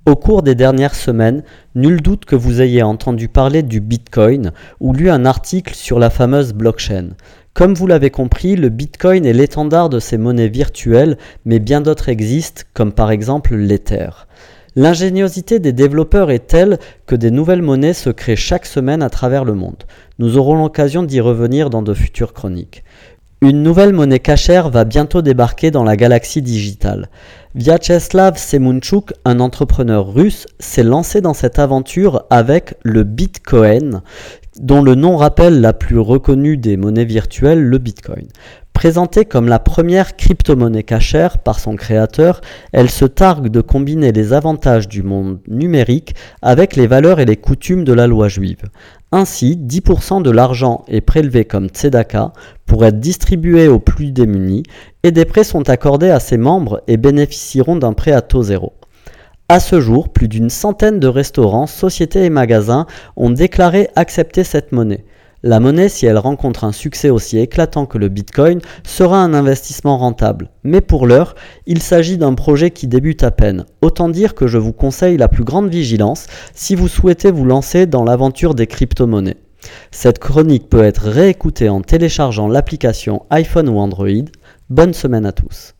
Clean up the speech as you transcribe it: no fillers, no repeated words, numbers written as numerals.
Au cours des dernières semaines, nul doute que vous ayez entendu parler du Bitcoin ou lu un article sur la fameuse blockchain. Comme vous l'avez compris, le Bitcoin est l'étendard de ces monnaies virtuelles, mais bien d'autres existent, comme par exemple l'Ether. L'ingéniosité des développeurs est telle que des nouvelles monnaies se créent chaque semaine à travers le monde. Nous aurons l'occasion d'y revenir dans de futures chroniques. Une nouvelle monnaie cachère va bientôt débarquer dans la galaxie digitale. Vyacheslav Semunchuk, un entrepreneur russe, s'est lancé dans cette aventure avec le Bitcoin, dont le nom rappelle la plus reconnue des monnaies virtuelles, le Bitcoin. Présentée comme la première crypto-monnaie cachère par son créateur, elle se targue de combiner les avantages du monde numérique avec les valeurs et les coutumes de la loi juive. Ainsi, 10% de l'argent est prélevé comme tzedaka pour être distribué aux plus démunis et des prêts sont accordés à ses membres et bénéficieront d'un prêt à taux zéro. À ce jour, plus d'une centaine de restaurants, sociétés et magasins ont déclaré accepter cette monnaie. La monnaie, si elle rencontre un succès aussi éclatant que le Bitcoin, sera un investissement rentable. Mais pour l'heure, il s'agit d'un projet qui débute à peine. Autant dire que je vous conseille la plus grande vigilance si vous souhaitez vous lancer dans l'aventure des crypto-monnaies. Cette chronique peut être réécoutée en téléchargeant l'application iPhone ou Android. Bonne semaine à tous.